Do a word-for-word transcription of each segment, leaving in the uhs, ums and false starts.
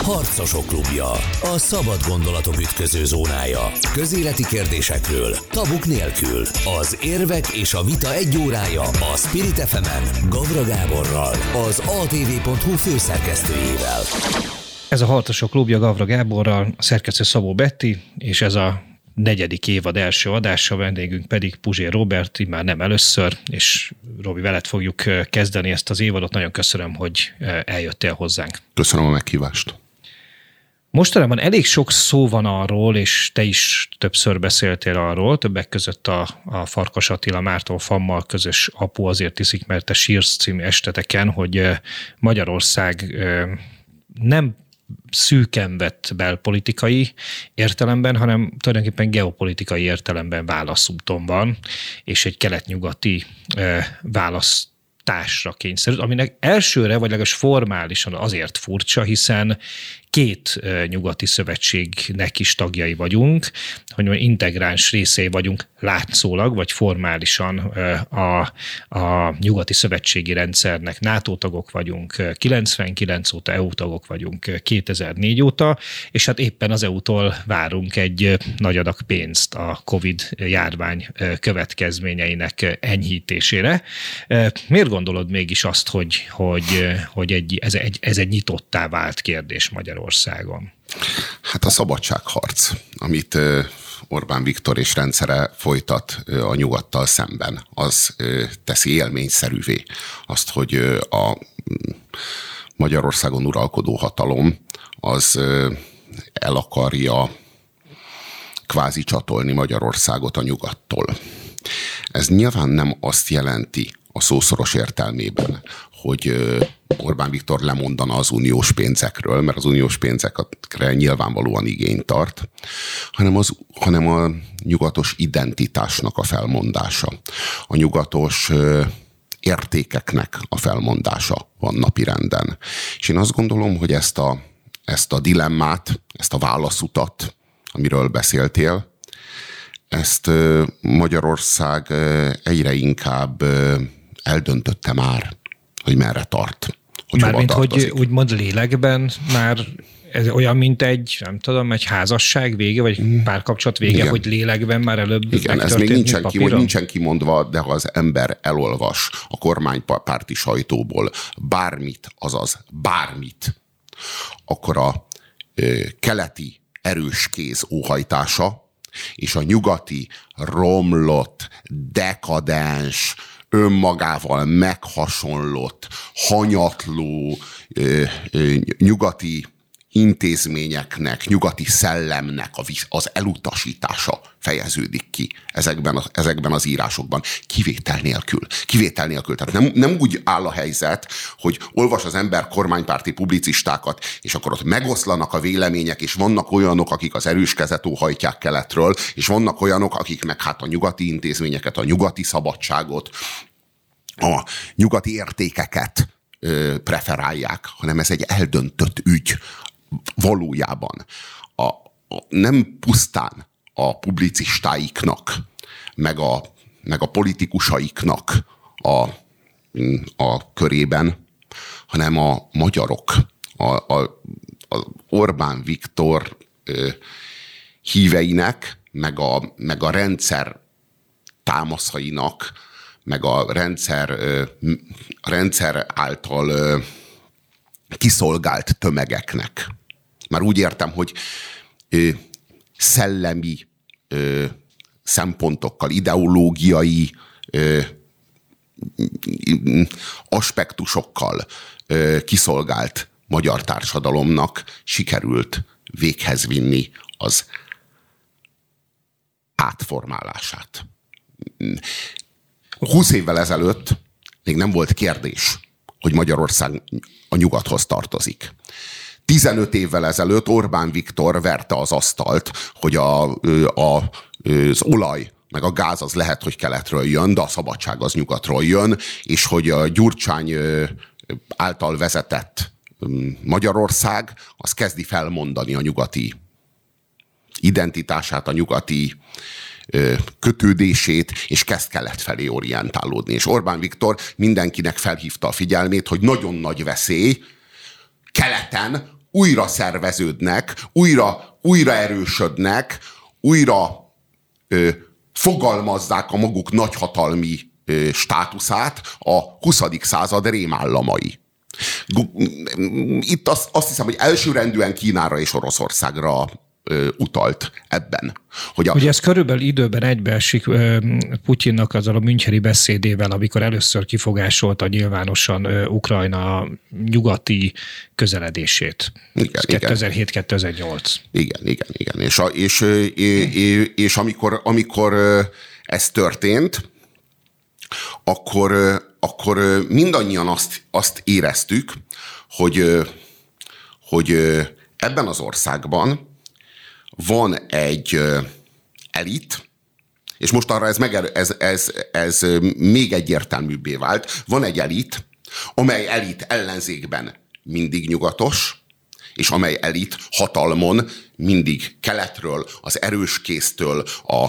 Harcosok klubja. A szabad gondolatok ütköző zónája. Közéleti kérdésekről, tabuk nélkül. Az érvek és a vita egy órája a Spirit ef emen Gavra Gáborral, az á té vé pont hú főszerkesztőjével. Ez a Harcosok klubja Gavra Gáborral, a szerkesztő Szabó Betti, és ez a negyedik évad első adása, vendégünk pedig Puzsér Róbert, már nem először, és Robi, veled fogjuk kezdeni ezt az évadot. Nagyon köszönöm, hogy eljöttél hozzánk. Köszönöm a meghívást. Mostanában elég sok szó van arról, és te is többször beszéltél arról, többek között a, a Farkas Attila Márton Fammal közös Apu azért iszik, mert te sírsz című esteteken, hogy Magyarország nem szűken vett belpolitikai értelemben, hanem tulajdonképpen geopolitikai értelemben válaszúton van, és egy kelet-nyugati választásra kényszerült, aminek elsőre, vagy legalábbis formálisan azért furcsa, hiszen két nyugati szövetségnek is tagjai vagyunk, hogy integráns részei vagyunk látszólag, vagy formálisan a, a nyugati szövetségi rendszernek. NATO tagok vagyunk kilencvenkilenc óta, é u tagok vagyunk kétezer-négy óta, és hát éppen az é u-tól várunk egy nagy adag pénzt a Covid járvány következményeinek enyhítésére. Miért gondolod mégis azt, hogy, hogy, hogy egy, ez, egy, ez egy nyitottá vált kérdés Magyarországon? Országon. Hát a szabadságharc, amit Orbán Viktor és rendszere folytat a nyugattal szemben, az teszi élményszerűvé azt, hogy a Magyarországon uralkodó hatalom az el akarja kvázi csatolni Magyarországot a nyugattól. Ez nyilván nem azt jelenti a szószoros értelmében, hogy Orbán Viktor lemondana az uniós pénzekről, mert az uniós pénzekre nyilvánvalóan igényt tart, hanem, az, hanem a nyugatos identitásnak a felmondása, a nyugatos értékeknek a felmondása van napirenden. És én azt gondolom, hogy ezt a, ezt a dilemmát, ezt a válaszutat, amiről beszéltél, ezt Magyarország egyre inkább eldöntötte már, hogy merre tart. Hogy Mármint, hogy úgymond lélekben már ez olyan, mint egy, nem tudom, egy házasság vége, vagy párkapcsolat vége, igen. Hogy lélekben már előbb igen, ez még nincsen, ki, nincsen kimondva, de ha az ember elolvas a kormánypárti sajtóból bármit, azaz bármit, akkor a ö, keleti erős kéz óhajtása és a nyugati romlott, dekadens, önmagával meghasonlott, hanyatló ö, ö, nyugati intézményeknek, nyugati szellemnek az elutasítása fejeződik ki ezekben, a, ezekben az írásokban. Kivétel nélkül. Kivétel nélkül. Tehát nem, nem úgy áll a helyzet, hogy olvas az ember kormánypárti publicistákat, és akkor ott megoszlanak a vélemények, és vannak olyanok, akik az erős kezet óhajtják keletről, és vannak olyanok, akik meg hát a nyugati intézményeket, a nyugati szabadságot, a nyugati értékeket ö, preferálják, hanem ez egy eldöntött ügy. Valójában a, a, nem pusztán a publicistáiknak, meg a, meg a politikusaiknak a, a körében, hanem a magyarok, a, a, a Orbán Viktor ö, híveinek, meg a, meg a rendszer támaszainak, meg a rendszer, ö, a rendszer által ö, kiszolgált tömegeknek. Már úgy értem, hogy ö, szellemi ö, szempontokkal, ideológiai ö, aspektusokkal ö, kiszolgált magyar társadalomnak sikerült véghez vinni az átformálását. Húsz évvel ezelőtt még nem volt kérdés, hogy Magyarország a nyugathoz tartozik. tizenöt évvel ezelőtt Orbán Viktor verte az asztalt, hogy a, a, az olaj meg a gáz az lehet, hogy keletről jön, de a szabadság az nyugatról jön, és hogy a Gyurcsány által vezetett Magyarország az kezdi felmondani a nyugati identitását, a nyugati kötődését, és kezd kelet felé orientálódni. És Orbán Viktor mindenkinek felhívta a figyelmét, hogy nagyon nagy veszély keleten újra szerveződnek, újra, újra erősödnek, újra ö, fogalmazzák a maguk nagyhatalmi ö, státuszát a huszadik század rémállamai. Itt azt, azt hiszem, hogy elsőrendűen Kínára és Oroszországra ö, utalt ebben. Hogy a... Ugye ez körülbelül időben egybeesik Putyinnak azzal a müncheni beszédével, amikor először kifogásolta nyilvánosan Ukrajna nyugati közeledését. Igen, kétezer-hét kétezer-nyolc. Igen, igen, igen. És, a, és, és, és amikor, amikor ez történt, akkor, akkor mindannyian azt, azt éreztük, hogy, hogy ebben az országban van egy elit, és most arra ez, meg, ez, ez, ez még egyértelműbbé vált, van egy elit, amely elit ellenzékben mindig nyugatos, és amely elit hatalmon mindig keletről, az erőskéztől, a,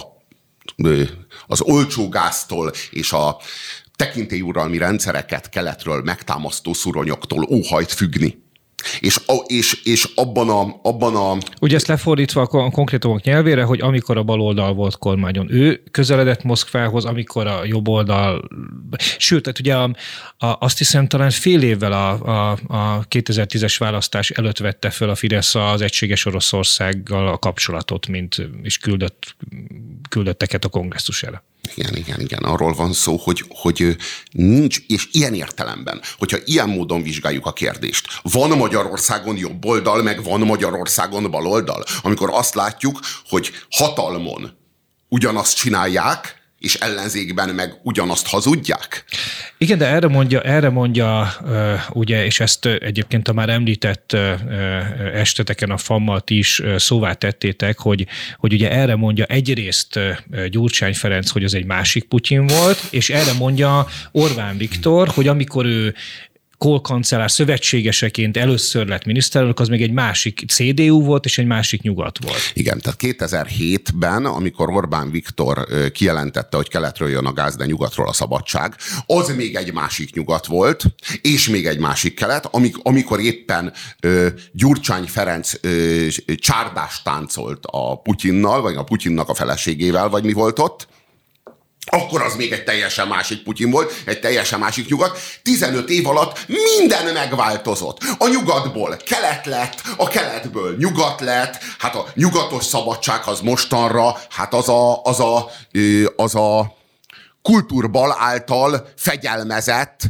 az olcsó gáztól és a tekintélyuralmi rendszereket keletről megtámasztó szuronyoktól óhajt függni. És, és, és abban, a, abban a... Ugye ezt lefordítva a konkrétumok nyelvére, hogy amikor a baloldal volt kormányon, ő közeledett Moszkvához, amikor a jobboldal... Sőt, tehát ugye a, a, azt hiszem talán fél évvel a, a, a kétezer-tízes választás előtt vette föl a Fidesz az egységes Oroszországgal a kapcsolatot, mint és küldött, küldötteket a kongresszusára. Igen, igen, igen. Arról van szó, hogy, hogy nincs, és ilyen értelemben, hogyha ilyen módon vizsgáljuk a kérdést, van Magyarországon jobb oldal, meg van Magyarországon baloldal, amikor azt látjuk, hogy hatalmon ugyanazt csinálják, és ellenzékben meg ugyanazt hazudják? Igen, de erre mondja, erre mondja ugye, és ezt egyébként a már említett esteteken a fammal ti is szóvá tettétek, hogy, hogy ugye erre mondja egyrészt Gyurcsány Ferenc, hogy az egy másik Putyin volt, és erre mondja Orbán Viktor, hogy amikor ő Kohl kancellár szövetségeseként először lett miniszterelnök, az még egy másik cé dé u volt, és egy másik nyugat volt. Igen, tehát kétezer-hétben, amikor Orbán Viktor kijelentette, hogy keletről jön a gáz, de nyugatról a szabadság, az még egy másik nyugat volt, és még egy másik kelet, amikor éppen Gyurcsány Ferenc csárdást táncolt a Putyinnal, vagy a Putyinnak a feleségével, vagy mi volt ott, akkor az még egy teljesen másik Putyin volt, egy teljesen másik nyugat. tizenöt év alatt minden megváltozott. A nyugatból kelet lett, a keletből nyugat lett, hát a nyugatos szabadság az mostanra, hát az a, az a, az a kultúrbal által fegyelmezett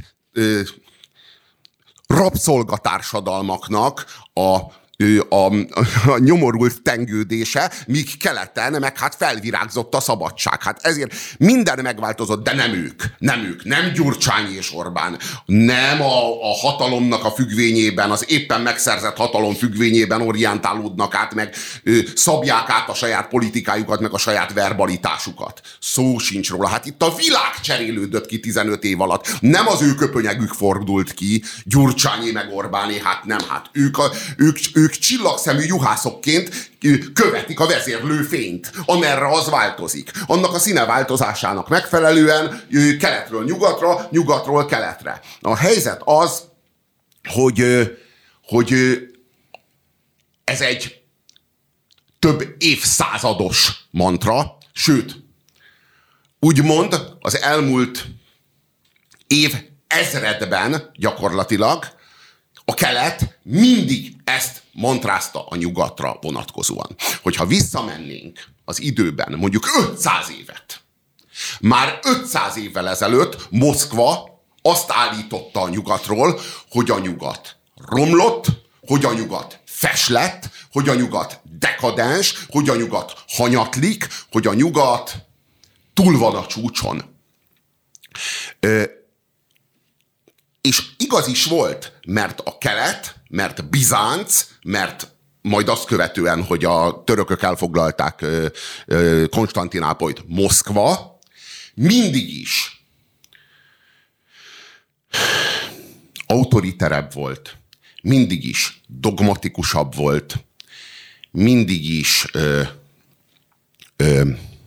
rabszolgatársadalmaknak a A, a, a nyomorult tengődése, míg keleten meg hát felvirágzott a szabadság. Hát ezért minden megváltozott, de nem ők. Nem ők. Nem Gyurcsány és Orbán. Nem a, a hatalomnak a függvényében, az éppen megszerzett hatalom függvényében orientálódnak át, meg ö, szabják át a saját politikájukat, meg a saját verbalitásukat. Szó sincs róla. Hát itt a világ cserélődött ki tizenöt év alatt. Nem az ő köpönyegük fordult ki, Gyurcsányi meg Orbáné, hát nem, hát ők, a, ők, ők csillagszemű juhászokként követik a vezérlő fényt, amerre az változik. Annak a színe változásának megfelelően keletről nyugatra, nyugatról keletre. A helyzet az, hogy, hogy ez egy több évszázados mantra, sőt, úgymond az elmúlt év ezredben gyakorlatilag a kelet mindig ezt mantrázta a nyugatra vonatkozóan. Hogyha visszamennénk az időben mondjuk ötszáz évet, már ötszáz évvel ezelőtt Moszkva azt állította a nyugatról, hogy a nyugat romlott, hogy a nyugat feslett, hogy a nyugat dekadens, hogy a nyugat hanyatlik, hogy a nyugat túl van a csúcson. Ö, És igaz is volt, mert a kelet, mert Bizánc, mert majd azt követően, hogy a törökök elfoglalták Konstantinápolyt, Moszkva, mindig is autoriterebb volt, mindig is dogmatikusabb volt, mindig is ö, ö,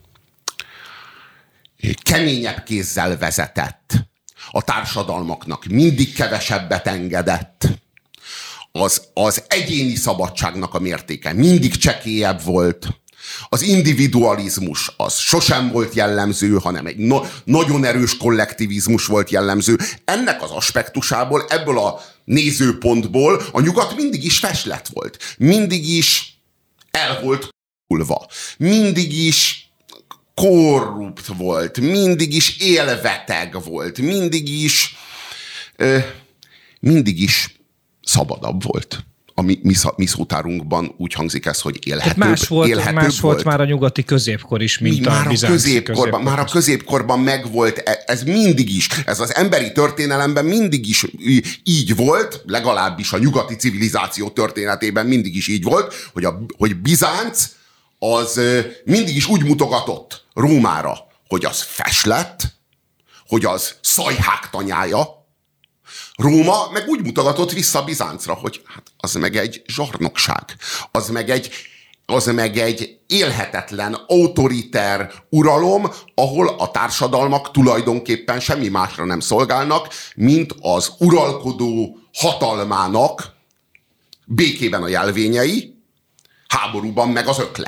keményebb kézzel vezetett. A társadalmaknak mindig kevesebbet engedett. az, az egyéni szabadságnak a mértéke mindig csekélyebb volt. Az individualizmus az sosem volt jellemző, hanem egy no- nagyon erős kollektivizmus volt jellemző. Ennek az aspektusából, ebből a nézőpontból a nyugat mindig is feslet volt. Mindig is el volt kulva. Mindig is korrupt volt. Mindig is élveteg volt. Mindig is ö, mindig is szabadabb volt. A mi, mi, mi szótárunkban úgy hangzik ez, hogy élhetőbb, más volt, élhetőbb más volt. volt már a nyugati középkor is, mint mi, a már bizánci középkorban, középkor. Már a középkorban megvolt, ez mindig is, ez az emberi történelemben mindig is így volt, legalábbis a nyugati civilizáció történetében mindig is így volt, hogy, a, hogy Bizánc az mindig is úgy mutogatott Rómára, hogy az feslet, hogy az szajhák tanyája. Róma meg úgy mutogatott vissza Bizáncra, hogy hát az meg egy zsarnokság, az meg egy, az meg egy élhetetlen, autoriter uralom, ahol a társadalmak tulajdonképpen semmi másra nem szolgálnak, mint az uralkodó hatalmának békében a jelvényei, háborúban meg az ökle.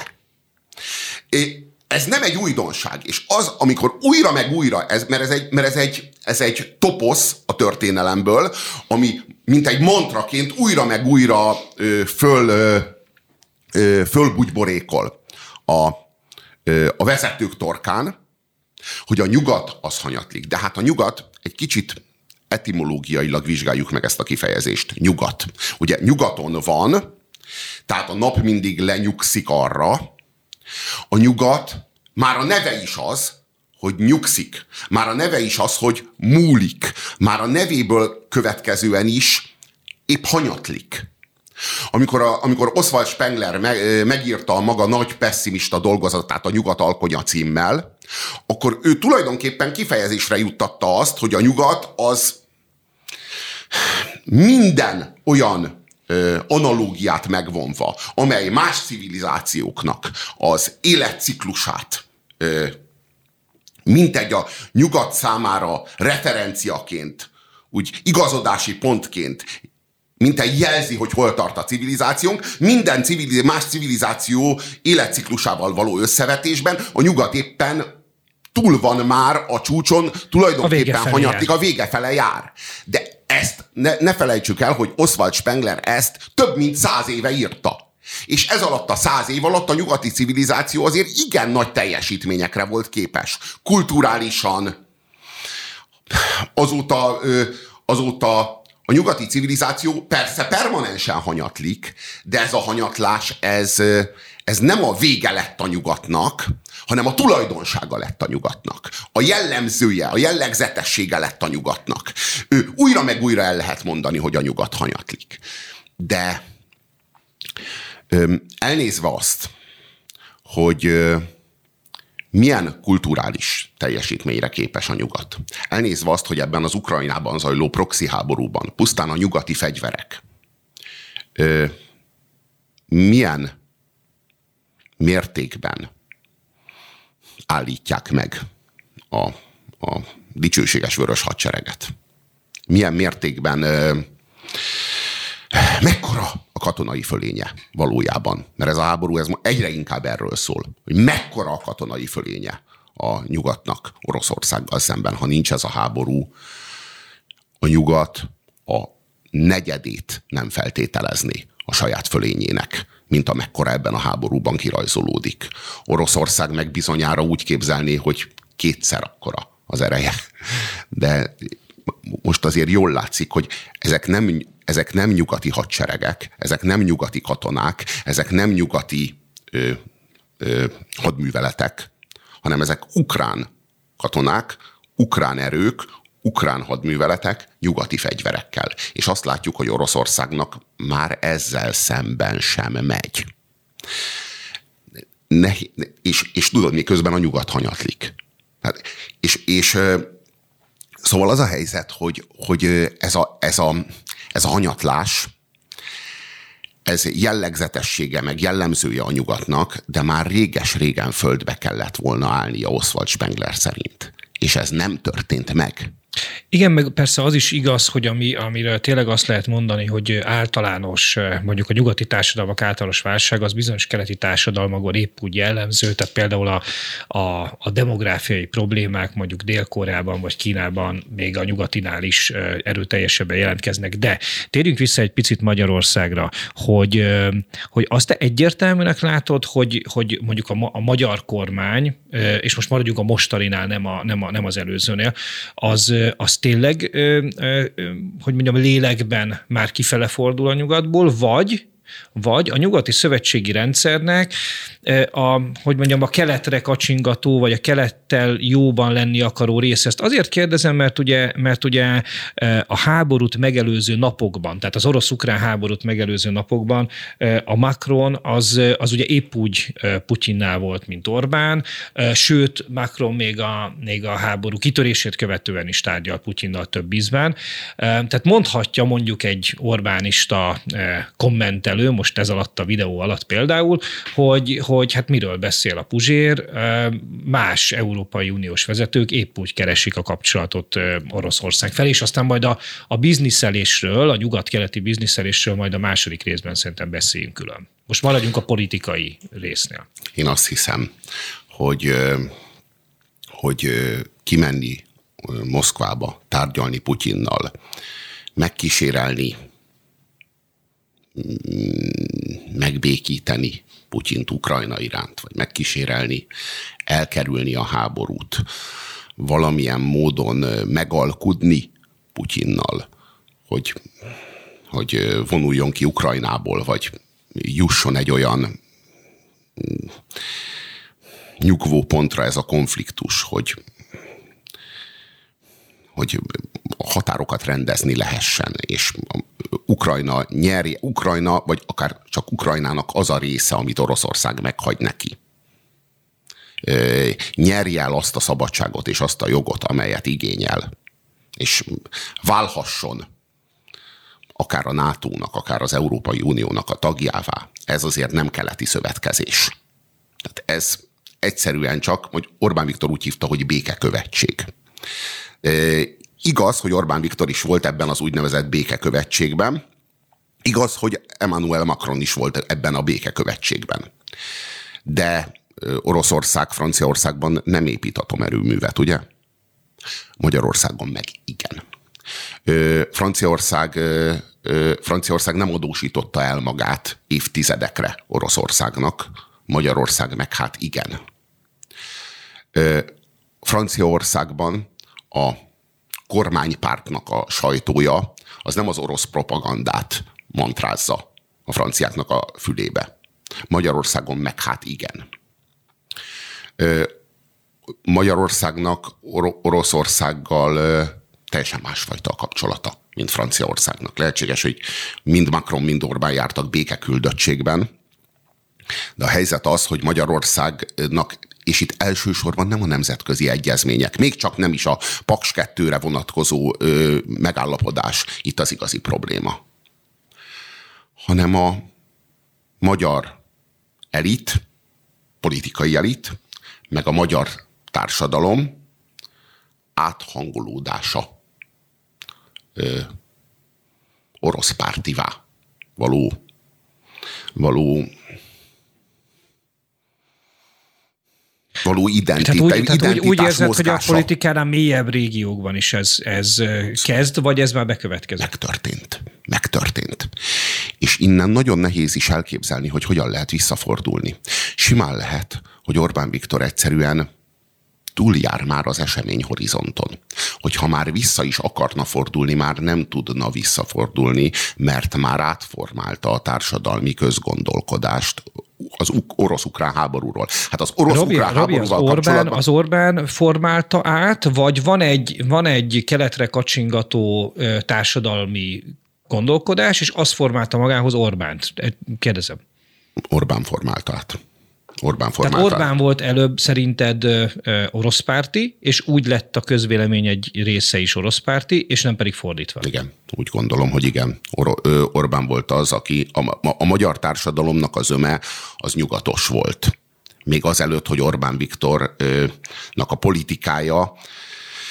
Ez nem egy újdonság, és az, amikor újra meg újra, ez, mert, ez egy, mert ez, egy, ez egy toposz a történelemből, ami mint egy mantraként újra meg újra ö, föl, ö, ö, fölbugyborékol a, ö, a vezetők torkán, hogy a nyugat az hanyatlik. De hát a nyugat egy kicsit etimológiailag vizsgáljuk meg ezt a kifejezést. Nyugat. Ugye nyugaton van, tehát a nap mindig lenyugszik arra. A nyugat már a neve is az, hogy nyugszik. Már a neve is az, hogy múlik. Már a nevéből következően is épp hanyatlik. Amikor, a, amikor Oswald Spengler me, megírta a maga nagy pesszimista dolgozatát a Nyugat alkonya címmel, akkor ő tulajdonképpen kifejezésre juttatta azt, hogy a nyugat az minden olyan ö, analógiát megvonva, amely más civilizációknak az életciklusát ö, mintegy a nyugat számára referenciaként, úgy igazodási pontként, mintegy jelzi, hogy hol tart a civilizációnk, minden civiliz- más civilizáció életciklusával való összevetésben a nyugat éppen túl van már a csúcson, tulajdonképpen a hanyatlik, a vége fele jár. De ezt ne, ne felejtsük el, hogy Oswald Spengler ezt több mint száz éve írta. És ez alatt a száz év alatt a nyugati civilizáció azért igen nagy teljesítményekre volt képes. Kulturálisan. Azóta, azóta a nyugati civilizáció persze permanensen hanyatlik, de ez a hanyatlás, ez, ez nem a vége lett a nyugatnak, hanem a tulajdonsága lett a nyugatnak. A jellemzője, a jellegzetessége lett a nyugatnak. Ő újra meg újra el lehet mondani, hogy a nyugat hanyatlik. De elnézve azt, hogy milyen kulturális teljesítményre képes a nyugat. Elnézve azt, hogy ebben az Ukrajnában zajló proxy háborúban pusztán a nyugati fegyverek ö, milyen mértékben állítják meg a, a dicsőséges vörös hadsereget. Milyen mértékben ö, mekkora a katonai fölénye valójában. Mert ez a háború ez egyre inkább erről szól, hogy mekkora a katonai fölénye a nyugatnak Oroszországgal szemben. Ha nincs ez a háború, a nyugat a negyedét nem feltételezni a saját fölényének, mint amekkora ebben a háborúban kirajzolódik. Oroszország meg bizonyára úgy képzelné, hogy kétszer akkora az ereje. De most azért jól látszik, hogy ezek nem, ezek nem nyugati hadseregek, ezek nem nyugati katonák, ezek nem nyugati ö, ö, hadműveletek, hanem ezek ukrán katonák, ukrán erők, ukrán hadműveletek nyugati fegyverekkel. És azt látjuk, hogy Oroszországnak már ezzel szemben sem megy. Ne, és, és tudod, miközben a nyugat hanyatlik. Hát, és, és szóval az a helyzet, hogy, hogy ez, a, ez, a, ez a hanyatlás, ez jellegzetessége, meg jellemzője a nyugatnak, de már réges-régen földbe kellett volna állnia Oswald Spengler szerint. És ez nem történt meg. Igen, meg persze az is igaz, hogy ami, amiről tényleg azt lehet mondani, hogy általános, mondjuk a nyugati társadalmak általános válság, az bizonyos keleti társadalmakon épp úgy jellemző, tehát például a, a, a demográfiai problémák mondjuk Dél-Koreában vagy Kínában még a nyugatinál is erőteljesebben jelentkeznek. De térjünk vissza egy picit Magyarországra, hogy, hogy azt te egyértelműnek látod, hogy, hogy mondjuk a, a magyar kormány, és most maradjunk a mostaninál, nem, a, nem, a, nem az előzőnél, az, az tényleg, hogy mondjam, lélekben már kifele fordul a nyugatból, vagy, vagy a nyugati szövetségi rendszernek a, hogy mondjam, a keletre kacsingató, vagy a kelettel jóban lenni akaró rész. Ezt azért kérdezem, mert ugye, mert ugye a háborút megelőző napokban, tehát az orosz-ukrán háborút megelőző napokban a Macron az, az ugye épp úgy Putyinnál volt, mint Orbán, sőt, Macron még a, még a háború kitörését követően is tárgyal Putyinnal több ízben. Tehát mondhatja mondjuk egy orbánista kommentelő, most ez alatt a videó alatt például, hogy, hogy hát miről beszél a Puzsér, más Európai Uniós vezetők épp úgy keresik a kapcsolatot Oroszország felé, és aztán majd a, a bizniszelésről, a nyugat-keleti bizniszelésről majd a második részben szerintem beszéljünk külön. Most maradjunk a politikai résznél. Én azt hiszem, hogy, hogy kimenni Moszkvába, tárgyalni Putyinnal, megkísérelni, megbékíteni Putyint Ukrajna iránt, vagy megkísérelni, elkerülni a háborút, valamilyen módon megalkudni Putyinnal, hogy, hogy vonuljon ki Ukrajnából, vagy jusson egy olyan nyugvó pontra ez a konfliktus, hogy, hogy határokat rendezni lehessen, és Ukrajna nyerje, Ukrajna, vagy akár csak Ukrajnának az a része, amit Oroszország meghagy neki. Nyerje el azt a szabadságot és azt a jogot, amelyet igényel. És válhasson akár a nátónak, akár az Európai Uniónak a tagjává. Ez azért nem keleti szövetkezés. Tehát ez egyszerűen csak, hogy Orbán Viktor úgy hívta, hogy békekövetség. Igaz, hogy Orbán Viktor is volt ebben az úgynevezett békekövetségben. Igaz, hogy Emmanuel Macron is volt ebben a békekövetségben. De Oroszország, Franciaországban nem épít atomerőművet, ugye? Magyarországon meg igen. Franciaország, Franciaország nem adósította el magát évtizedekre Oroszországnak, Magyarország meg hát igen. Franciaországban a kormánypártnak a sajtója az nem az orosz propagandát mantrázza a franciáknak a fülébe. Magyarországon meg hát igen. Magyarországnak Or- Oroszországgal teljesen másfajta a kapcsolata, mint Franciaországnak. Lehetséges, hogy mind Macron, mind Orbán jártak békeküldöttségben, de a helyzet az, hogy Magyarországnak, és itt elsősorban nem a nemzetközi egyezmények, még csak nem is a Paks kettőre vonatkozó ö, megállapodás itt az igazi probléma, hanem a magyar elit, politikai elit, meg a magyar társadalom áthangolódása ö, orosz pártivá való, való való identitás, tehát úgy, identitás tehát úgy, úgy érzed, mozgása. hogy a politikánál mélyebb régiókban is ez, ez kezd, vagy ez már bekövetkezik? Megtörtént. Megtörtént. És innen nagyon nehéz is elképzelni, hogy hogyan lehet visszafordulni. Simán lehet, hogy Orbán Viktor egyszerűen túljár már az eseményhorizonton. Hogyha már vissza is akarna fordulni, már nem tudna visszafordulni, mert már átformálta a társadalmi közgondolkodást az orosz-ukrán háborúról. Hát az orosz-ukrán háborúval az Orbán, kapcsolatban... az Orbán formálta át, vagy van egy, van egy keletre kacsingató társadalmi gondolkodás, és az formálta magához Orbánt? Kérdezem. Orbán formálta át. Orbán formálta. Tehát Orbán volt előbb szerinted oroszpárti, és úgy lett a közvélemény egy része is oroszpárti, és nem pedig fordítva. Igen, úgy gondolom, hogy igen. Or- Orbán volt az, aki a, a, a magyar társadalomnak a zöme az nyugatos volt. Még azelőtt, hogy Orbán Viktornak a politikája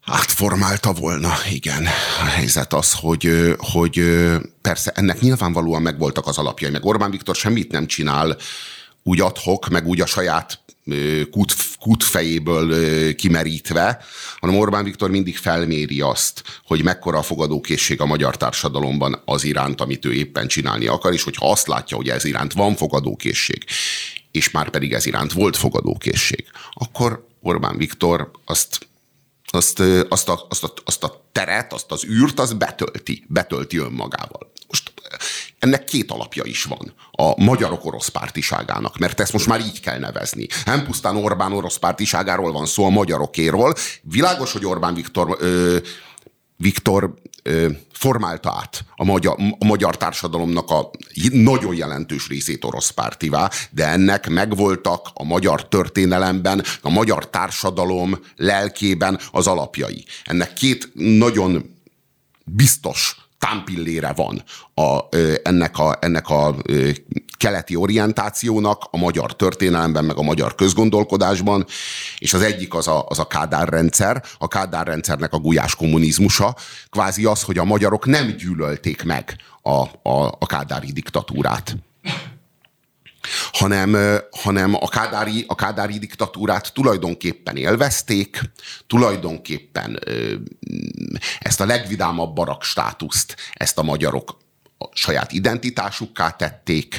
átformálta volna, igen. A helyzet az, hogy, hogy persze ennek nyilvánvalóan megvoltak az alapjai, meg Orbán Viktor semmit nem csinál úgy ad-hoc, meg úgy a saját kút, kútfejéből kimerítve, hanem Orbán Viktor mindig felméri azt, hogy mekkora a fogadókészség a magyar társadalomban az iránt, amit ő éppen csinálni akar, és hogyha azt látja, hogy ez iránt van fogadókészség, és már pedig ez iránt volt fogadókészség, akkor Orbán Viktor azt Azt, azt, a, azt, a, azt a teret, azt az űrt, azt betölti, betölti önmagával. Most ennek két alapja is van a magyarok orosz pártiságának, mert ezt most már így kell nevezni. Nem pusztán Orbán orosz pártiságáról van szó, a magyarokéról. Világos, hogy Orbán Viktor, ö, Viktor ö, formálta át a magyar, a magyar társadalomnak a nagyon jelentős részét orosz pártivá, de ennek megvoltak a magyar történelemben, a magyar társadalom lelkében az alapjai. Ennek két nagyon biztos támpillére van a, ennek, a, ennek a keleti orientációnak a magyar történelemben, meg a magyar közgondolkodásban, és az egyik az a, az a Kádár rendszer, a Kádár rendszernek a gulyás kommunizmusa, kvázi az, hogy a magyarok nem gyűlölték meg a, a, a kádári diktatúrát. Hanem, hanem a, kádári, a kádári diktatúrát tulajdonképpen élvezték, tulajdonképpen ezt a legvidámabb barak státuszt, ezt a magyarok a saját identitásukká tették,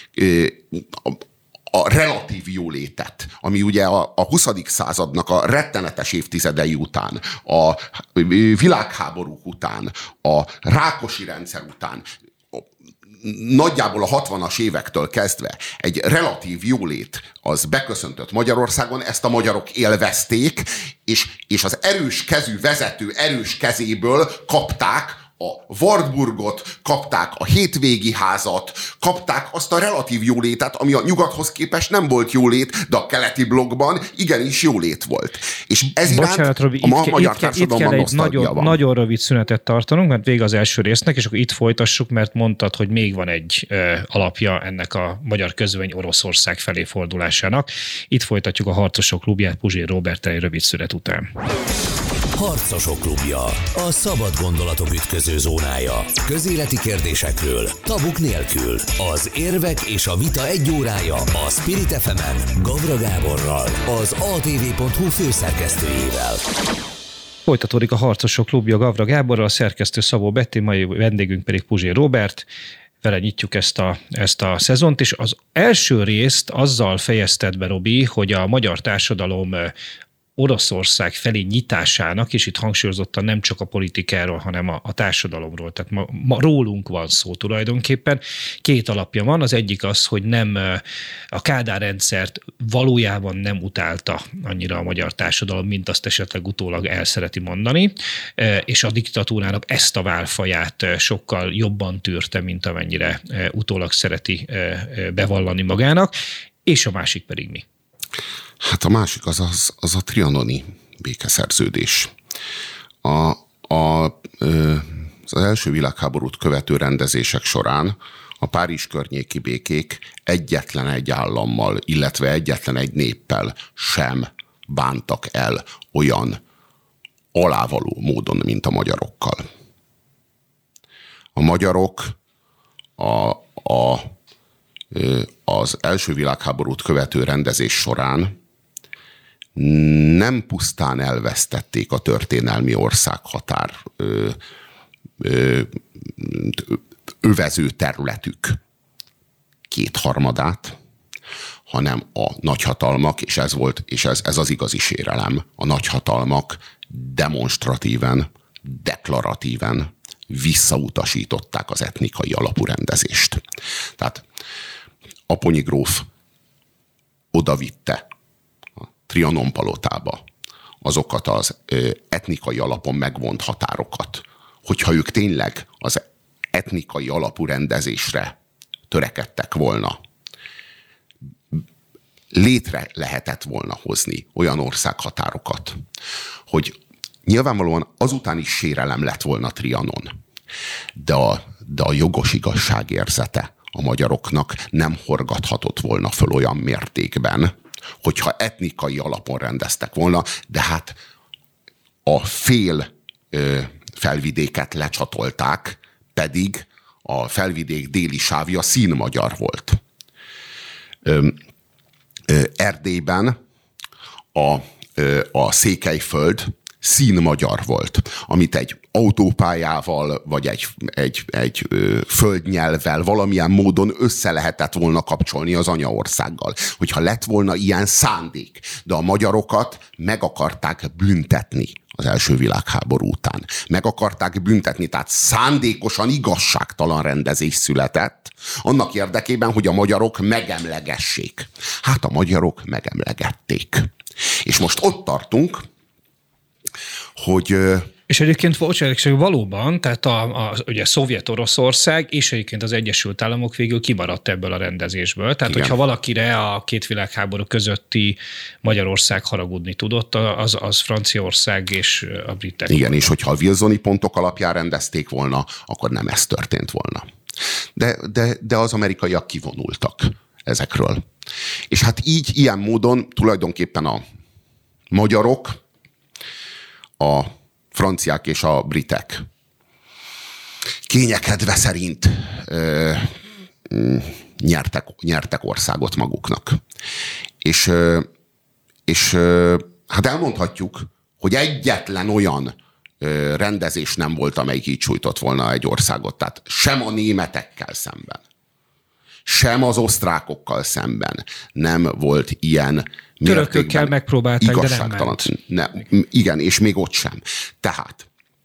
a, a relatív jólétet, ami ugye a, a huszadik századnak a rettenetes évtizedei után, a világháborúk után, a Rákosi rendszer után, nagyjából a hatvanas évektől kezdve egy relatív jólét az beköszöntött Magyarországon, ezt a magyarok élvezték, és, és az erős kezű vezető erős kezéből kapták a Wartburgot, kapták a hétvégi házat, kapták azt a relatív jólétet, ami a nyugathoz képest nem volt jólét, de a keleti blokkban igenis jólét volt. És ez iránt Bocsánat, Robi, a ma- itt, magyar itt, itt társadalomban kell egy nosztalgia nagyon, van. nagyon rövid szünetet tartanunk, mert vége az első résznek, és akkor itt folytassuk, mert mondtad, hogy még van egy ö, alapja ennek a magyar közvény Oroszország felé fordulásának. Itt folytatjuk a Harcosok klubját Puzsér Róberttel egy rövid szünet után. Harcosok klubja. A szabad gondolatok ütköző zónája. Közéleti kérdésekről, tabuk nélkül. Az érvek és a vita egy órája a Spirit ef emen Gavra Gáborral, az á té vé pont hú főszerkesztőjével. Folytatódik a Harcosok klubja Gavra Gáborral, a szerkesztő Szabó Betti, mai vendégünk pedig Puzsér Róbert. Vele nyitjuk ezt a, ezt a szezont, és az első részt azzal fejezted be, Robi, hogy a magyar társadalom Oroszország felé nyitásának, és itt hangsúlyozottan nem csak a politikáról, hanem a, a társadalomról, tehát ma, ma rólunk van szó tulajdonképpen. Két alapja van, az egyik az, hogy nem a Kádár rendszert valójában nem utálta annyira a magyar társadalom, mint azt esetleg utólag el szereti mondani, és a diktatúrának ezt a válfaját sokkal jobban tűrte, mint amennyire utólag szereti bevallani magának, és a másik pedig mi? Hát a másik az, az, az a trianoni békeszerződés. A, a, az első világháborút követő rendezések során a Párizs környéki békék egyetlen egy állammal, illetve egyetlen egy néppel sem bántak el olyan alávaló módon, mint a magyarokkal. A magyarok a, a, az első világháborút követő rendezés során nem pusztán elvesztették a történelmi országhatár ö, ö, övező területük kétharmadát, hanem a nagyhatalmak, és ez volt, és ez, ez az igazi sérelem, a nagyhatalmak demonstratíven, deklaratíven visszautasították az etnikai alapú rendezést. Tehát Aponyi gróf odavitte Trianon palotába azokat az ö, etnikai alapon megvont határokat, hogyha ők tényleg az etnikai alapú rendezésre törekedtek volna, létre lehetett volna hozni olyan országhatárokat, hogy nyilvánvalóan azután is sérelem lett volna Trianon, de a, de a jogos igazság érzete a magyaroknak nem horgathatott volna föl olyan mértékben, hogyha etnikai alapon rendeztek volna, de hát a fél ö, felvidéket lecsatolták, pedig a felvidék déli sávja színmagyar volt. Ö, ö, Erdélyben a, ö, a Székelyföld színmagyar volt, amit egy autópályával, vagy egy, egy, egy ö, földnyelvvel valamilyen módon össze lehetett volna kapcsolni az anyaországgal. Hogyha lett volna ilyen szándék, de a magyarokat meg akarták büntetni az első világháború után. Meg akarták büntetni, tehát szándékosan igazságtalan rendezés született, annak érdekében, hogy a magyarok megemlegessék. Hát a magyarok megemlegették. És most ott tartunk, hogy... És egyébként valóban, tehát a, a, ugye Szovjet-Oroszország és egyébként az Egyesült Államok végül kimaradt ebből a rendezésből. Tehát, igen, hogyha valakire a két világháború közötti Magyarország haragudni tudott, az, az Franciaország és a britek. Igen, volna. És hogyha a wilsoni pontok alapján rendezték volna, akkor nem ez történt volna. De, de, de az amerikaiak kivonultak ezekről. És hát így, ilyen módon tulajdonképpen a magyarok, a franciák és a britek kényekedve szerint ö, nyertek, nyertek országot maguknak. És, ö, és ö, hát elmondhatjuk, hogy egyetlen olyan ö, rendezés nem volt, amelyik így sújtott volna egy országot. Tehát sem a németekkel szemben, sem az osztrákokkal szemben nem volt ilyen törökökkel megpróbálták, de nem ment. Ne, igen, és még ott sem. Tehát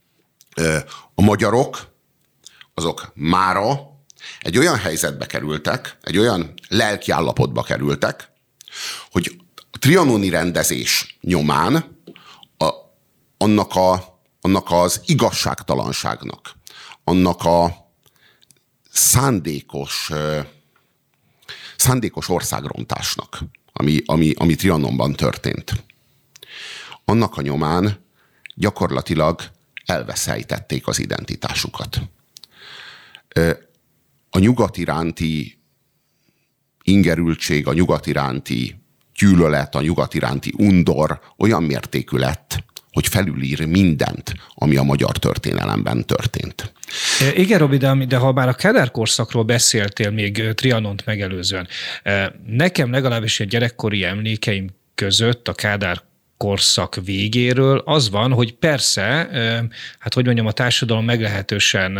a magyarok, azok mára egy olyan helyzetbe kerültek, egy olyan lelkiállapotba kerültek, hogy a trianoni rendezés nyomán a, annak, a, annak az igazságtalanságnak, annak a szándékos, szándékos országrontásnak, Ami, ami, ami Trianonban történt. Annak a nyomán gyakorlatilag elveszejtették az identitásukat. A nyugat iránti ingerültség, a nyugat iránti gyűlölet, a nyugat iránti undor olyan mértékű lett, hogy felülír mindent, ami a magyar történelemben történt. Igen, Robi, de, de ha már a Kádár korszakról beszéltél még Trianont megelőzően, nekem legalábbis egy gyerekkori emlékeim között a Kádár korszak végéről az van, hogy persze, hát hogy mondjam, a társadalom meglehetősen,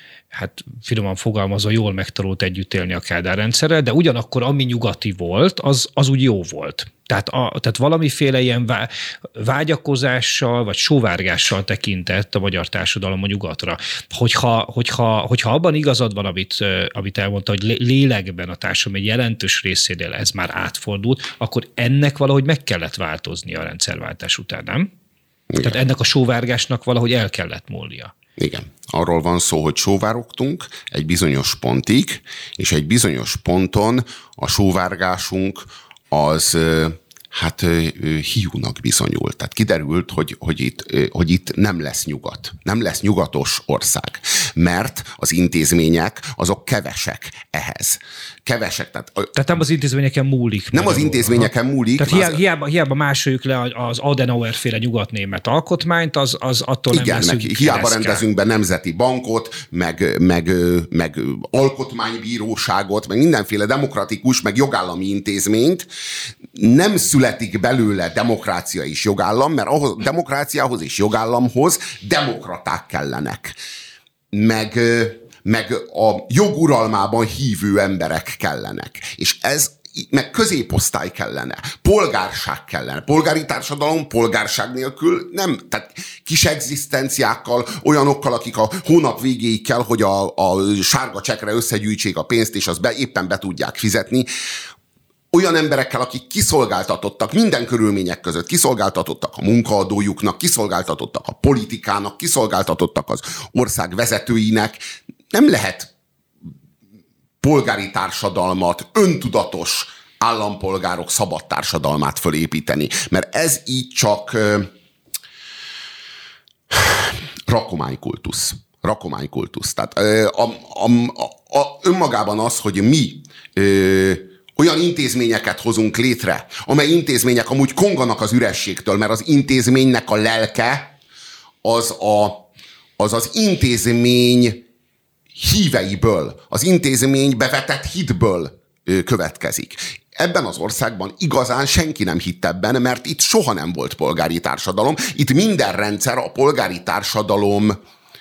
hát finoman fogalmazva, jól megtanult együtt élni a Kádár rendszerrel, de ugyanakkor ami nyugati volt, az, az úgy jó volt. Tehát, a, tehát valamiféle ilyen vá, vágyakozással vagy sóvárgással tekintett a magyar társadalom a nyugatra. Hogyha, hogyha, hogyha abban igazad van, amit, amit elmondta, hogy lélekben a társadalom egy jelentős részénél ez már átfordult, akkor ennek valahogy meg kellett változni a rendszerváltás után, nem? Igen. Tehát ennek a sóvárgásnak valahogy el kellett múlnia. Igen. Arról van szó, hogy sóvárogtunk egy bizonyos pontig, és egy bizonyos ponton a sóvárgásunk az hát hiúnak bizonyult. Tehát kiderült, hogy, hogy, itt, hogy itt nem lesz nyugat. Nem lesz nyugatos ország. Mert az intézmények azok kevesek ehhez. Kevesek. Tehát, tehát nem az intézményeken múlik. Nem az intézményeken múlik. Tehát hiába, hiába, hiába másoljuk le az Adenauer-féle nyugatnémet alkotmányt, az, az attól igen, nem leszünk meg hiába keresztkel. Rendezünk be nemzeti bankot, meg, meg, meg alkotmánybíróságot, meg mindenféle demokratikus, meg jogállami intézményt, nem születik belőle demokrácia és jogállam, mert ahhoz, demokráciához és jogállamhoz demokraták kellenek. Meg, meg a joguralmában hívő emberek kellenek. És ez meg középosztály kellene, polgárság kellene. Polgári társadalom polgárság nélkül nem, tehát kis egzisztenciákkal, olyanokkal, akik a hónap végéig kell, hogy a, a sárga csekre összegyűjtsék a pénzt, és azt be, éppen be tudják fizetni. Olyan emberekkel, akik kiszolgáltatottak minden körülmények között, kiszolgáltatottak a munkaadójuknak, kiszolgáltatottak a politikának, kiszolgáltatottak az ország vezetőinek. Nem lehet polgári társadalmat, öntudatos állampolgárok szabad társadalmát fölépíteni, mert ez így csak uh, rakománykultusz. Rakománykultusz. Tehát uh, a, a, a, a, önmagában az, hogy mi uh, olyan intézményeket hozunk létre, amely intézmények amúgy konganak az ürességtől, mert az intézménynek a lelke az a, az, az intézmény híveiből, az intézménybe vetett hitből következik. Ebben az országban igazán senki nem hitt ebben, mert itt soha nem volt polgári társadalom. Itt minden rendszer a polgári társadalom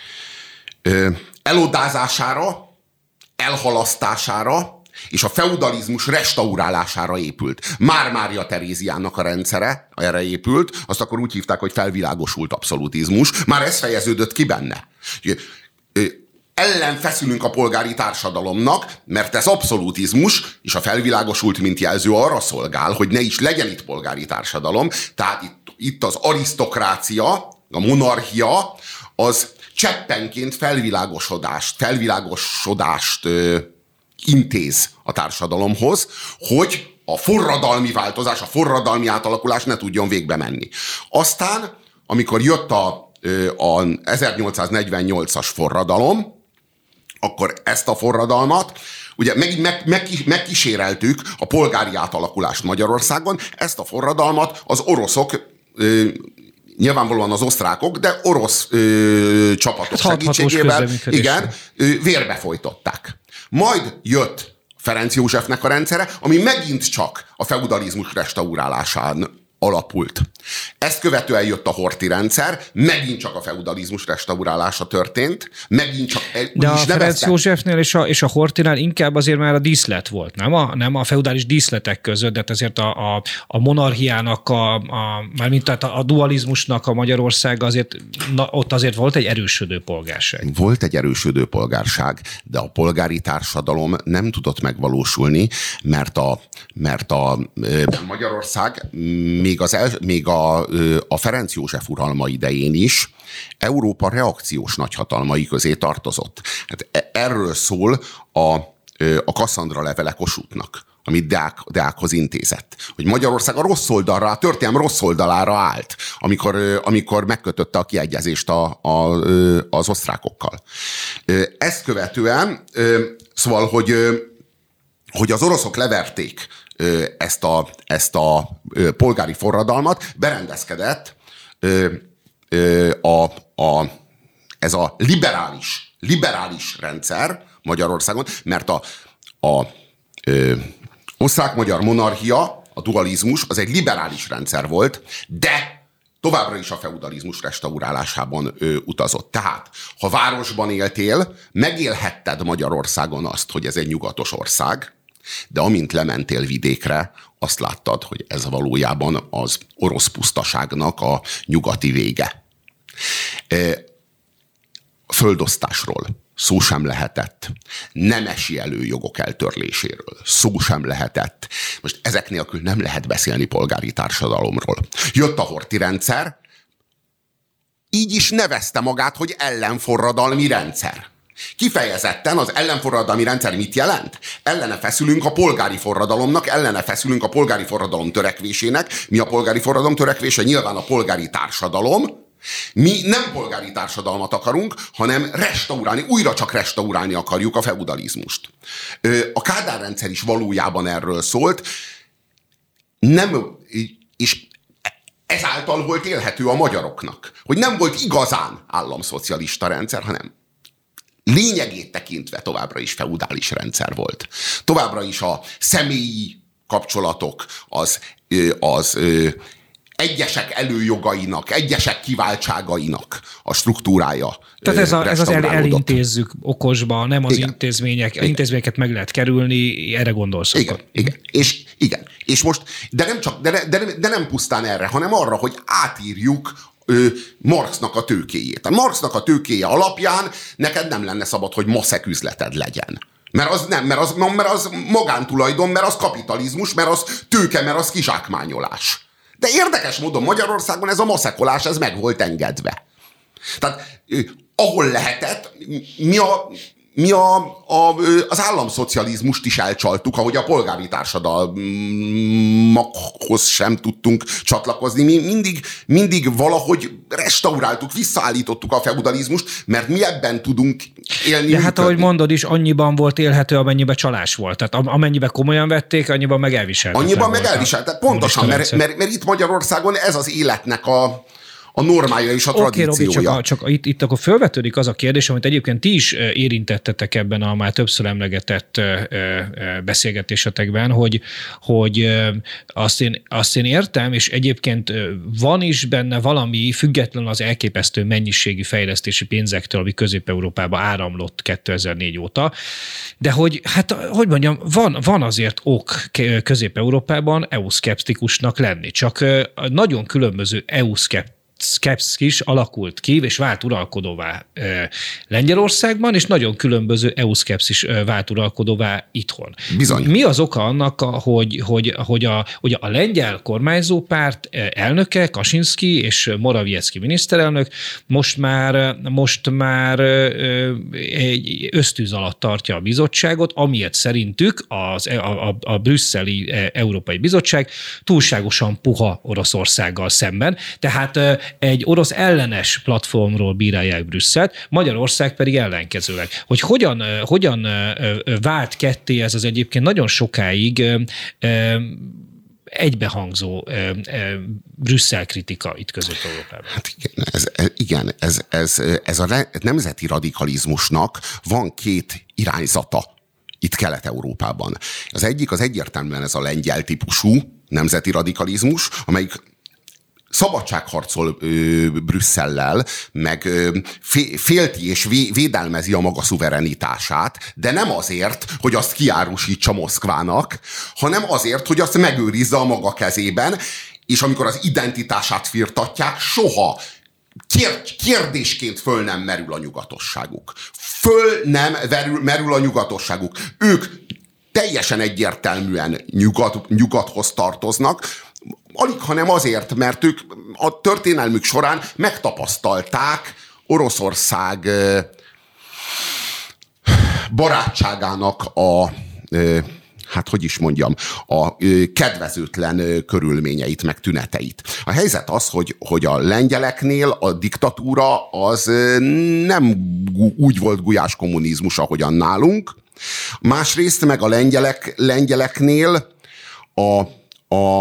ö, elodázására, elhalasztására és a feudalizmus restaurálására épült. Már Mária Teréziának a rendszere erre épült, azt akkor úgy hívták, hogy felvilágosult abszolutizmus. Már ez fejeződött ki benne. Ellen feszülünk a polgári társadalomnak, mert ez abszolutizmus, és a felvilágosult, mint jelző arra szolgál, hogy ne is legyen itt polgári társadalom. Tehát itt, itt az arisztokrácia, a monarchia, az cseppenként felvilágosodást, felvilágosodást ö, intéz a társadalomhoz, hogy a forradalmi változás, a forradalmi átalakulás ne tudjon végbe menni. Aztán, amikor jött a, a ezernyolcszáznegyvennyolcas forradalom, akkor ezt a forradalmat, ugye meg, meg, meg, megkíséreltük a polgári átalakulást Magyarországon, ezt a forradalmat az oroszok, ö, nyilvánvalóan az osztrákok, de orosz ö, csapatok hát segítségével igen, ö, vérbe folytották. Majd jött Ferenc Józsefnek a rendszere, ami megint csak a feudalizmus restaurálásán alapult. Ezt követően jött a Horthy rendszer, megint csak a feudalizmus restaurálása történt, megint csak... De a Ferenc Józsefnél és a, és a Horthynál inkább azért már a díszlet volt, nem a, nem a feudális díszletek között, de azért a, a, a monarchiának, a, a, mármint tehát a, a dualizmusnak a Magyarország azért, na, ott azért volt egy erősödő polgárság. Volt egy erősödő polgárság, de a polgári társadalom nem tudott megvalósulni, mert a, mert a Magyarország még, az el, még a, a Ferenc József uralma idején is Európa reakciós nagyhatalmai közé tartozott. Hát erről szól a, a Kasszandra levele Kossuthnak, amit Deák, Deákhoz intézett. Hogy Magyarország a rossz oldalra, a történelem rossz oldalára állt, amikor, amikor megkötötte a kiegyezést a, a, az osztrákokkal. Ezt követően, szóval, hogy, hogy az oroszok leverték ezt a, ezt a polgári forradalmat, berendezkedett a, a, ez a liberális, liberális rendszer Magyarországon, mert a, a ö, osztrák-magyar monarchia, a dualizmus, az egy liberális rendszer volt, de továbbra is a feudalizmus restaurálásában ö, utazott. Tehát, ha városban éltél, megélhetted Magyarországon azt, hogy ez egy nyugatos ország, de amint lementél vidékre, azt láttad, hogy ez valójában az orosz pusztaságnak a nyugati vége. Földosztásról szó sem lehetett. Nemesi előjogok eltörléséről szó sem lehetett. Most ezek nélkül nem lehet beszélni polgári társadalomról. Jött a Horthy rendszer, így is nevezte magát, hogy ellenforradalmi rendszer. Kifejezetten az ellenforradalmi rendszer mit jelent? Ellene feszülünk a polgári forradalomnak, ellene feszülünk a polgári forradalom törekvésének. Mi a polgári forradalom törekvése? Nyilván a polgári társadalom. Mi nem polgári társadalmat akarunk, hanem restaurálni, újra csak restaurálni akarjuk a feudalizmust. A Kádár rendszer is valójában erről szólt, nem, és ezáltal volt élhető a magyaroknak, hogy nem volt igazán államszocialista rendszer, hanem lényegét tekintve továbbra is feudális rendszer volt. Továbbra is a személyi kapcsolatok, az, az egyesek előjogainak, egyesek kiváltságainak a struktúrája. Tehát ez, a, ez az el, elintézzük okosba, nem az igen. intézmények, igen. intézményeket meg lehet kerülni, erre gondolsz. Igen, igen. És, igen. És most, de nem, csak, de, de, de nem pusztán erre, hanem arra, hogy átírjuk Marxnak a tőkéjét. A Marxnak a tőkéje alapján neked nem lenne szabad, hogy maszek üzleted legyen. Mert az nem, mert az, mert az magántulajdon, mert az kapitalizmus, mert az tőke, mert az kizsákmányolás. De érdekes módon Magyarországon ez a maszekolás, ez meg volt engedve. Tehát ahol lehetett, mi a... Mi a, a, az államszocializmust is elcsaltuk, ahogy a polgári társadalmakhoz sem tudtunk csatlakozni. Mi mindig, mindig valahogy restauráltuk, visszaállítottuk a feudalizmust, mert mi ebben tudunk élni. De hát ahogy mondod is, annyiban volt élhető, amennyiben csalás volt. Tehát amennyiben komolyan vették, annyiban meg elviselték. Annyiban meg elviselték. Pontosan, mert, mert, mert itt Magyarországon ez az életnek a, a normája és a okay, tradíciója. Robi, csak, a, csak itt, itt akkor felvetődik az a kérdés, amit egyébként ti is érintettetek ebben a már többször emlegetett beszélgetésetekben, hogy, hogy azt, én, azt én értem, és egyébként van is benne valami független az elképesztő mennyiségű fejlesztési pénzektől, ami Közép-Európába áramlott kétezer-négy óta, de hogy, hát, hogy mondjam, van, van azért ok Közép-Európában é u-szkeptikusnak lenni, csak nagyon különböző é u-szkeptikus szkepszis alakult ki, és vált uralkodóvá Lengyelországban, és nagyon különböző é u-szkepszis vált uralkodóvá itthon. Bizony. Mi az oka annak, hogy, hogy, hogy, a, hogy a lengyel kormányzó párt elnöke, Kaczynszki és Morawiecki miniszterelnök most már, most már egy ösztűz alatt tartja a bizottságot, amiért szerintük az, a, a, a brüsszeli Európai Bizottság túlságosan puha Oroszországgal szemben. Tehát egy orosz ellenes platformról bírálják Brüsszelt, Magyarország pedig ellenkezőleg. Hogy hogyan, hogyan vált ketté ez az egyébként nagyon sokáig egybehangzó Brüsszel kritika itt Közép-Európában. Hát igen, ez, igen ez, ez, ez a nemzeti radikalizmusnak van két irányzata itt Kelet-Európában. Az egyik az egyértelműen ez a lengyel típusú nemzeti radikalizmus, amelyik szabadságharcol ö, Brüsszellel, meg ö, félti és vé, védelmezi a maga szuverenitását, de nem azért, hogy azt kiárusítsa Moszkvának, hanem azért, hogy azt megőrizze a maga kezében, és amikor az identitását firtatják, soha kér, kérdésként föl nem merül a nyugatosságuk. Föl nem verül, merül a nyugatosságuk. Ők teljesen egyértelműen nyugat, nyugathoz tartoznak, alig, hanem azért, mert ők a történelmük során megtapasztalták Oroszország barátságának a, hát hogy is mondjam, a kedvezőtlen körülményeit, meg tüneteit. A helyzet az, hogy, hogy a lengyeleknél a diktatúra az nem úgy volt gulyás kommunizmus, ahogyan nálunk. Másrészt meg a lengyelek, lengyeleknél a, a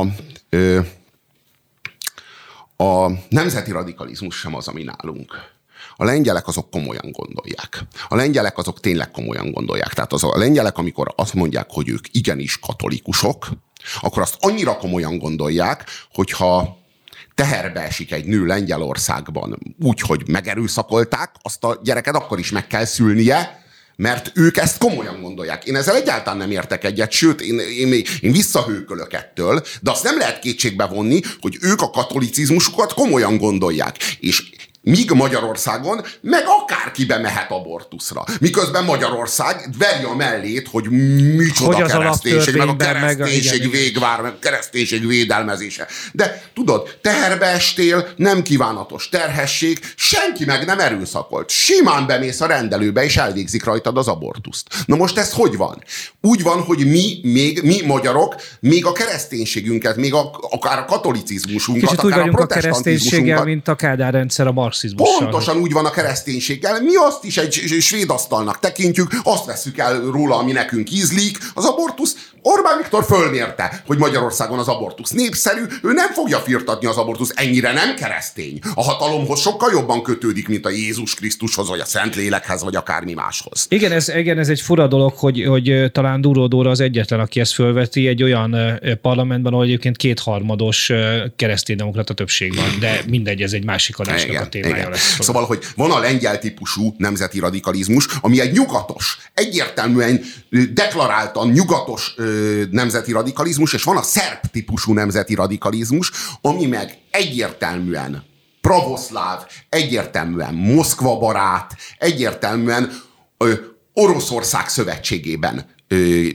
A nemzeti radikalizmus sem az, ami nálunk. A lengyelek azok komolyan gondolják. A lengyelek azok tényleg komolyan gondolják. Tehát az a lengyelek, amikor azt mondják, hogy ők igenis katolikusok, akkor azt annyira komolyan gondolják, hogyha teherbe esik egy nő Lengyelországban úgy, hogy megerőszakolták, azt a gyereket akkor is meg kell szülnie, mert ők ezt komolyan gondolják. Én ezzel egyáltalán nem értek egyet, sőt, én, én, én visszahőkölök ettől, de azt nem lehet kétségbe vonni, hogy ők a katolicizmusukat komolyan gondolják. És míg Magyarországon meg akárki bemehet abortuszra. Miközben Magyarország veri a mellét, hogy micsoda hogy kereszténység, meg a kereszténység meg, végvár, meg a kereszténység védelmezése. De tudod, teherbe estél, nem kívánatos terhesség, senki meg nem erőszakolt. Simán bemész a rendelőbe, és elvégzik rajtad az abortuszt. Na most ez hogy van? Úgy van, hogy mi, még, mi magyarok, még a kereszténységünket, még a, akár a katolicizmusunkat, kicsit akár úgy a protestantizmusunkat. Mint a Kádár rendszer a marxizmussal. Pontosan úgy van a kereszténységgel. Mi azt is egy svéd asztalnak tekintjük, azt vesszük el róla, ami nekünk ízlik. Az abortusz, Orbán Viktor fölmérte, hogy Magyarországon az abortusz népszerű, ő nem fogja firtatni az abortusz, ennyire nem keresztény. A hatalomhoz sokkal jobban kötődik, mint a Jézus Krisztushoz, vagy a Szentlélekhez, vagy akármi máshoz. Igen, ez, igen, ez egy fura dolog, hogy, hogy talán Duró Dóra az egyetlen, aki ezt fölveti egy olyan parlamentben, ahol egyébként kétharmados kereszténydemokrata többség van, de mindegy, ez egy másik adásnak igen, a témája lesz. Szóval, hogy van a lengyel típusú nemzeti radikalizmus, ami egy nyugatos, egyértelműen deklaráltan nyugatos nemzeti radikalizmus, és van a szerb típusú nemzeti radikalizmus, ami meg egyértelműen pravoszláv, egyértelműen Moszkva barát, egyértelműen ö, Oroszország szövetségében ö,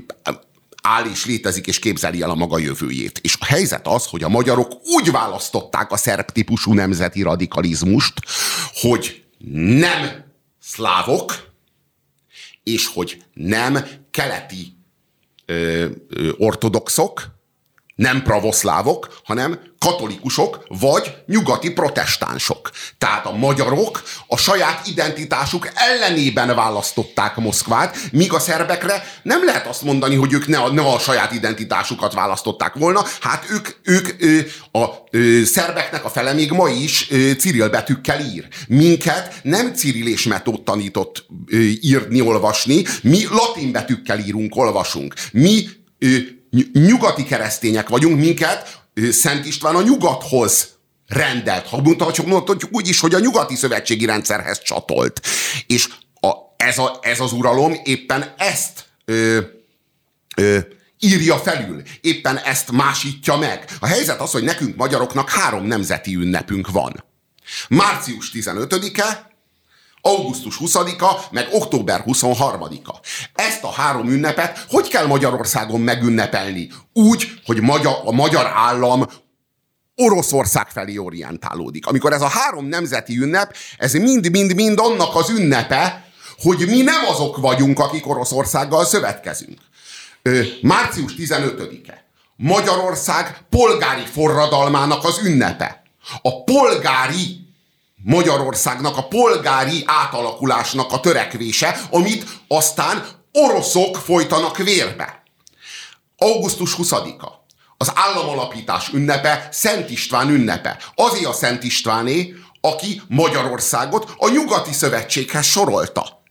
áll és létezik, és képzeli el a maga jövőjét. És a helyzet az, hogy a magyarok úgy választották a szerb típusú nemzeti radikalizmust, hogy nem szlávok, és hogy nem keleti ö, ö, ortodoxok, Nem pravoszlávok, hanem katolikusok vagy nyugati protestánsok. Tehát a magyarok a saját identitásuk ellenében választották Moszkvát, míg a szerbekre nem lehet azt mondani, hogy ők ne a, ne a saját identitásukat választották volna. Hát ők, ők a szerbeknek a fele még ma is Cirill betűkkel ír. Minket nem Cirill és Metód tanított írni, olvasni, mi latin betűkkel írunk, olvasunk. Mi nyugati keresztények vagyunk, minket Szent István a nyugathoz rendelt. Ha mondhatjuk úgy is, hogy a nyugati szövetségi rendszerhez csatolt. És a, ez, a, ez az uralom éppen ezt ö, ö, írja felül, éppen ezt másítja meg. A helyzet az, hogy nekünk magyaroknak három nemzeti ünnepünk van. március tizenötödike, augusztus huszadika, meg október huszonharmadika. Ezt a három ünnepet hogy kell Magyarországon megünnepelni? Úgy, hogy magyar, a magyar állam Oroszország felé orientálódik. Amikor ez a három nemzeti ünnep, ez mind-mind-mind annak az ünnepe, hogy mi nem azok vagyunk, akik Oroszországgal szövetkezünk. Ö, március tizenötödike. Magyarország polgári forradalmának az ünnepe. A polgári Magyarországnak a polgári átalakulásnak a törekvése, amit aztán oroszok folytanak vérbe. augusztus huszadika. Az államalapítás ünnepe, Szent István ünnepe. Azért a Szent Istváné, aki Magyarországot a Nyugati Szövetséghez sorolta.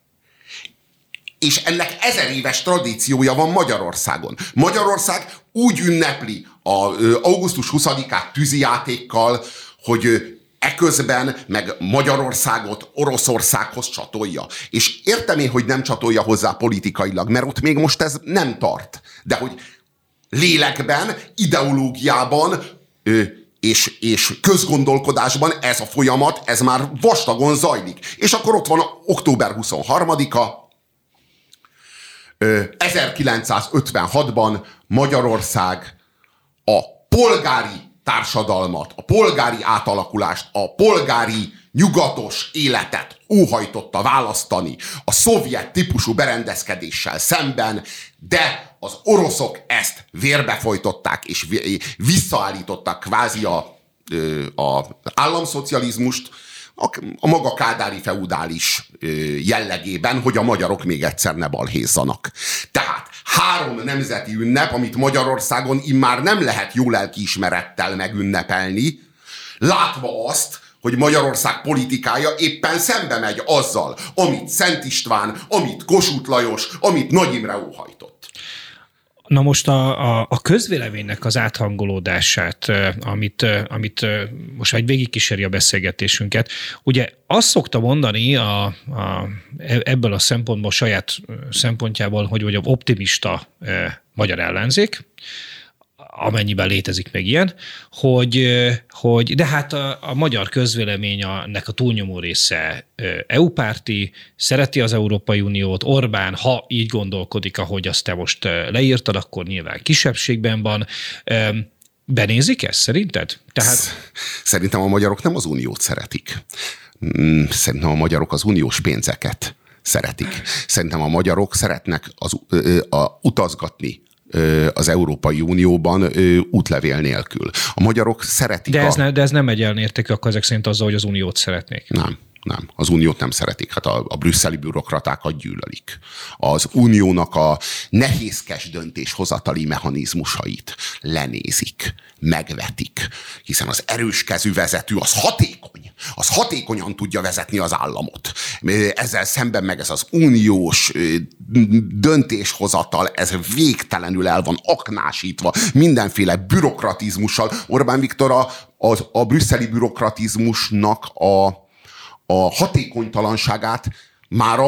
És ennek ezer éves tradíciója van Magyarországon. Magyarország úgy ünnepli az augusztus huszadikát tűzijátékkal, hogy eközben meg Magyarországot Oroszországhoz csatolja. És értem én, hogy nem csatolja hozzá politikailag, mert ott még most ez nem tart. De hogy lélekben, ideológiában ö, és, és közgondolkodásban ez a folyamat, ez már vastagon zajlik. És akkor ott van a október huszonharmadika, ö, ezerkilencszázötvenhatban Magyarország a polgári társadalmat, a polgári átalakulást, a polgári nyugatos életet óhajtotta választani a szovjet típusú berendezkedéssel szemben, de az oroszok ezt vérbefolytották és visszaállították kvázi a, a államszocializmust a, a maga kádári feudális jellegében, hogy a magyarok még egyszer ne balhézzanak. Tehát három nemzeti ünnep, amit Magyarországon immár nem lehet jó lelkiismerettel megünnepelni, látva azt, hogy Magyarország politikája éppen szembe megy azzal, amit Szent István, amit Kossuth Lajos, amit Nagy Imre óhajtott. Na most a, a, a közvéleménynek az áthangolódását, amit, amit most egy végigkíséri a beszélgetésünket, ugye azt szokta mondani a, a, ebből a szempontból, saját szempontjából, hogy, hogy optimista e, magyar ellenzék, amennyiben létezik meg ilyen, hogy, hogy de hát a, a magyar közvéleménynek a túlnyomó része é u-párti, szereti az Európai Uniót, Orbán, ha így gondolkodik, ahogy azt te most leírtad, akkor nyilván kisebbségben van. Benézik ezt szerinted? Tehát... Szerintem a magyarok nem az uniót szeretik. Szerintem a magyarok az uniós pénzeket szeretik. Szerintem a magyarok szeretnek az, a, utazgatni az Európai Unióban útlevél nélkül. A magyarok szeretik de ez, a... ne, de ez nem egyenlértékű akkor ezek szerint azzal, hogy az uniót szeretnék. Nem, nem. Az uniót nem szeretik. Hát a, a brüsszeli bürokratákat gyűlölik. Az uniónak a nehézkes döntéshozatali mechanizmusait lenézik, megvetik. Hiszen az erős kezű vezető az hatékony. Az hatékonyan tudja vezetni az államot. Ezzel szemben meg ez az uniós döntéshozatal, ez végtelenül el van aknásítva mindenféle bürokratizmussal. Orbán Viktor a, a, a brüsszeli bürokratizmusnak a, a hatékonytalanságát mára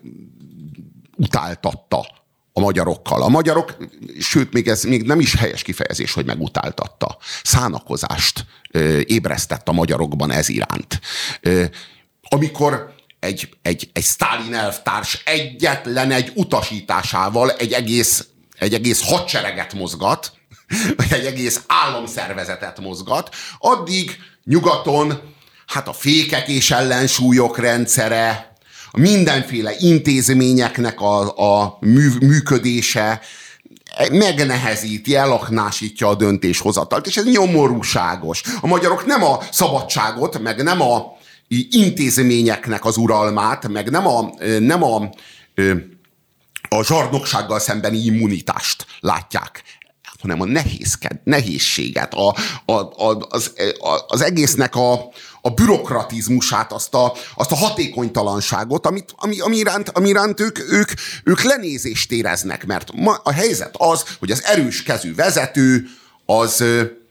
megutáltatta a magyarokkal. A magyarok, sőt, még ez még nem is helyes kifejezés, hogy megutáltatta. Szánakozást ö, ébresztett a magyarokban ez iránt. Ö, amikor egy, egy, egy Sztálin elvtárs egyetlen egy utasításával egy egész, egy egész hadsereget mozgat, vagy egy egész államszervezetet mozgat, addig nyugaton hát a fékek és ellensúlyok rendszere, a mindenféle intézményeknek a, a mű, működése, megnehezíti, elaknásítja a döntéshozatalt, és ez nyomorúságos. A magyarok nem a szabadságot, meg nem a intézményeknek az uralmát, meg nem a, nem a, a zsarnoksággal szembeni immunitást látják, hanem a nehézked, nehézséget, a, a, a, az, a, az egésznek a, a bürokratizmusát, azt a, azt a hatékonytalanságot, amit, ami, ami iránt, ami iránt ők, ők, ők lenézést éreznek, mert ma a helyzet az, hogy az erős kezű vezető az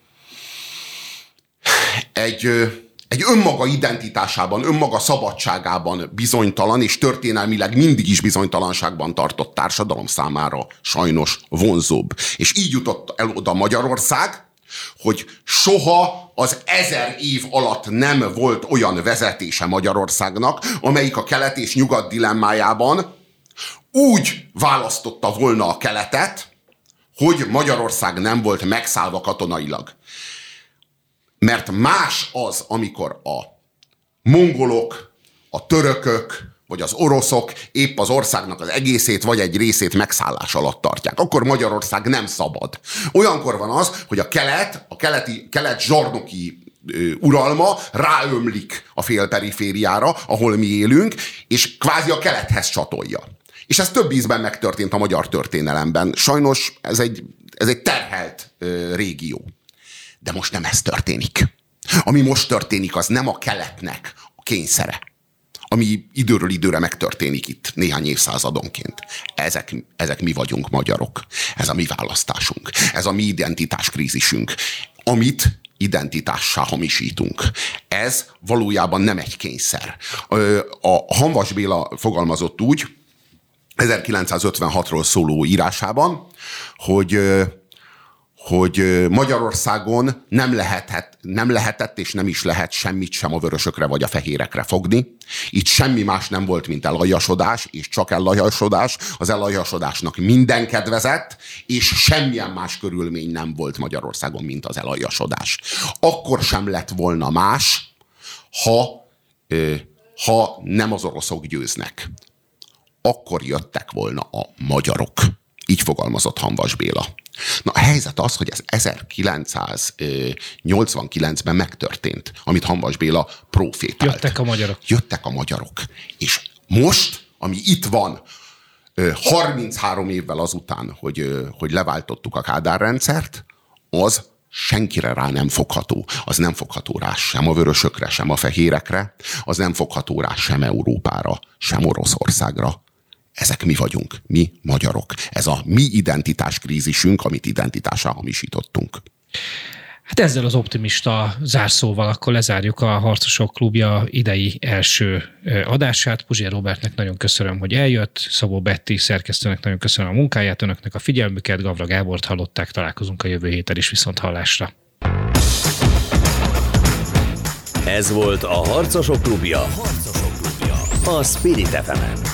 egy, egy önmaga identitásában, önmaga szabadságában bizonytalan, és történelmileg mindig is bizonytalanságban tartott társadalom számára sajnos vonzóbb. És így jutott el oda Magyarország, hogy soha az ezer év alatt nem volt olyan vezetése Magyarországnak, amelyik a kelet és nyugat dilemmájában úgy választotta volna a keletet, hogy Magyarország nem volt megszállva katonailag. Mert más az, amikor a mongolok, a törökök, vagy az oroszok épp az országnak az egészét, vagy egy részét megszállás alatt tartják. Akkor Magyarország nem szabad. Olyankor van az, hogy a kelet, a keleti, kelet zsarnoki ö, uralma ráömlik a félperifériára, ahol mi élünk, és kvázi a kelethez csatolja. És ez több ízben megtörtént a magyar történelemben. Sajnos ez egy, ez egy terhelt ö, régió. De most nem ez történik. Ami most történik, az nem a keletnek a kényszere, ami időről időre megtörténik itt néhány évszázadonként. Ezek, ezek mi vagyunk, magyarok. Ez a mi választásunk. Ez a mi identitáskrízisünk, amit identitássá hamisítunk. Ez valójában nem egy kényszer. A Hamvas Béla fogalmazott úgy, ezerkilencszázötvenhatról szóló írásában, hogy hogy Magyarországon nem lehetett, nem lehetett és nem is lehet semmit sem a vörösökre vagy a fehérekre fogni. Itt semmi más nem volt, mint elajasodás, és csak elajasodás. Az elajasodásnak minden kedvezett, és semmilyen más körülmény nem volt Magyarországon, mint az elajasodás. Akkor sem lett volna más, ha, ha nem az oroszok győznek. Akkor jöttek volna a magyarok. Így fogalmazott Hamvas Béla. Na, a helyzet az, hogy ez ezerkilencszáznyolcvankilencben megtörtént, amit Hamvas Béla profétált. Jöttek a magyarok. Jöttek a magyarok. És most, ami itt van, harminchárom évvel azután, hogy, hogy leváltottuk a Kádár rendszert, az senkire rá nem fogható. Az nem fogható rá sem a vörösökre, sem a fehérekre, az nem fogható rá sem Európára, sem Oroszországra. Ezek mi vagyunk, mi magyarok. Ez a mi identitáskrízisünk, amit identitássá hamisítottunk. Hát ezzel az optimista zárszóval akkor lezárjuk a Harcosok Klubja idei első adását. Puzsér Robertnek nagyon köszönöm, hogy eljött, Szabó Betti szerkesztőnek nagyon köszönöm a munkáját, önöknek a figyelmüket, Gavra Gábort hallották, találkozunk a jövő héten is, viszont hallásra. Ez volt a Harcosok Klubja. A Harcosok Klubja. A Spirit ef emen.